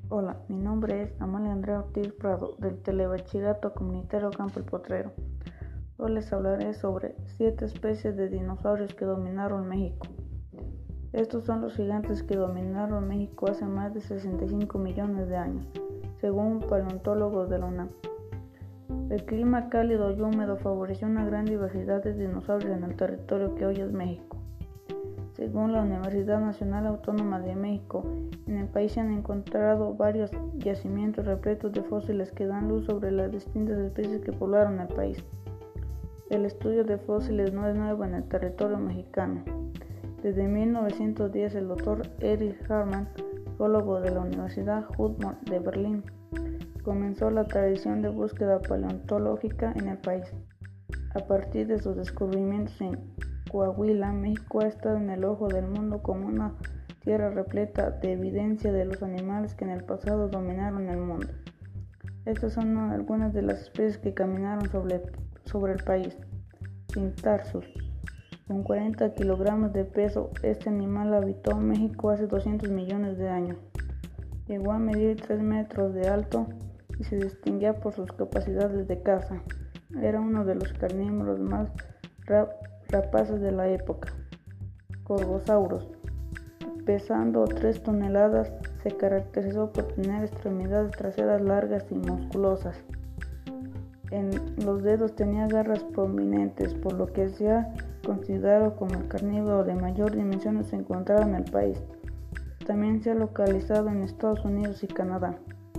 Hola, mi nombre es Amalia Andrea Ortiz Prado, del Telebachillerato Comunitario Campo El Potrero. Hoy les hablaré sobre 7 especies de dinosaurios que dominaron México. Estos son los gigantes que dominaron México hace más de 65 millones de años, según paleontólogos de la UNAM. El clima cálido y húmedo favoreció una gran diversidad de dinosaurios en el territorio que hoy es México. Según la Universidad Nacional Autónoma de México, en el país se han encontrado varios yacimientos repletos de fósiles que dan luz sobre las distintas especies que poblaron el país. El estudio de fósiles no es nuevo en el territorio mexicano. Desde 1910, el Dr. Erich Hartmann, geólogo de la Universidad Humboldt de Berlín, comenzó la tradición de búsqueda paleontológica en el país. A partir de sus descubrimientos en Coahuila, México ha estado en el ojo del mundo como una tierra repleta de evidencia de los animales que en el pasado dominaron el mundo. Estas son algunas de las especies que caminaron sobre el país. Cintarsus. Con 40 kilogramos de peso, este animal habitó México hace 200 millones de años. Llegó a medir 3 metros de alto y se distinguía por sus capacidades de caza. Era uno de los carnívoros más rapaces de la época. Corvosaurus. Pesando 3 toneladas, se caracterizó por tener extremidades traseras largas y musculosas. En los dedos tenía garras prominentes, por lo que se ha considerado como el carnívoro de mayor dimensiones encontrado en el país. También se ha localizado en Estados Unidos y Canadá.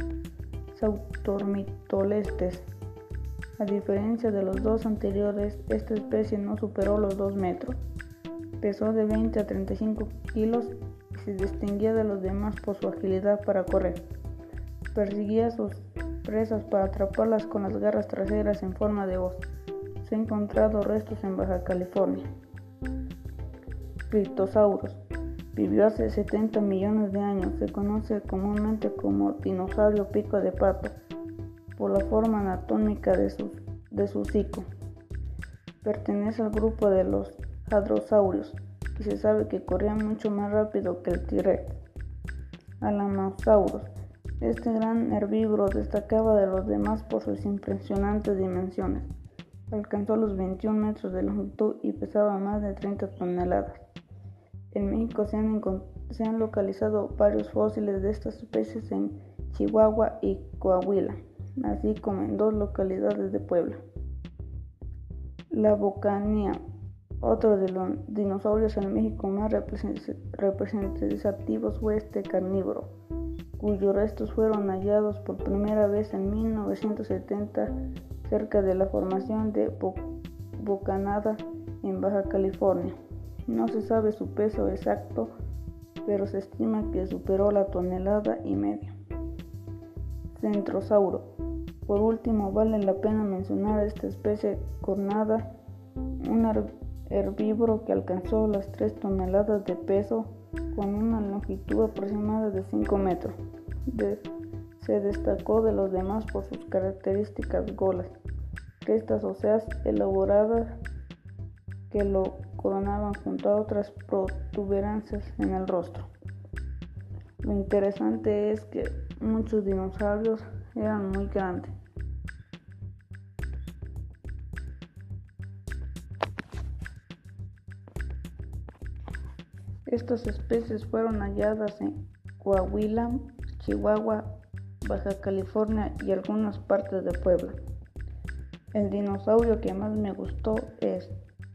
Sautormitolestes. A diferencia de los dos anteriores, esta especie no superó los 2 metros. Pesó de 20 a 35 kilos y se distinguía de los demás por su agilidad para correr. Perseguía a sus presas para atraparlas con las garras traseras en forma de hoz. Se han encontrado restos en Baja California. Cryptosaurus. Vivió hace 70 millones de años. Se conoce comúnmente como dinosaurio pico de pato por la forma anatómica de su hocico. Pertenece al grupo de los hadrosaurios y se sabe que corría mucho más rápido que el T-Rex. Alamosaurus. Este gran herbívoro destacaba de los demás por sus impresionantes dimensiones. Alcanzó los 21 metros de longitud y pesaba más de 30 toneladas. En México se han localizado varios fósiles de estas especies en Chihuahua y Coahuila, así como en 2 localidades de Puebla. La Bocanía. Otro de los dinosaurios en México más representativos fue este carnívoro, cuyos restos fueron hallados por primera vez en 1970 cerca de la formación de Bocanada en Baja California. No se sabe su peso exacto, pero se estima que superó la 1,5 toneladas. Centrosauro. Por último, vale la pena mencionar esta especie cornada, un herbívoro que alcanzó las 3 toneladas de peso con una longitud aproximada de 5 metros. Se destacó de los demás por sus características golas, crestas óseas elaboradas que lo coronaban junto a otras protuberancias en el rostro. Lo interesante es que muchos dinosaurios eran muy grandes. Estas especies fueron halladas en Coahuila, Chihuahua, Baja California y algunas partes de Puebla. El dinosaurio que más me gustó es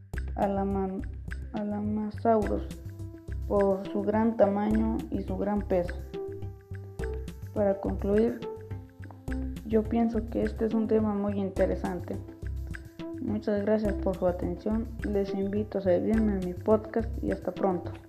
Alamosaurus por su gran tamaño y su gran peso. Para concluir, yo pienso que este es un tema muy interesante. Muchas gracias por su atención. Les invito a seguirme en mi podcast y hasta pronto.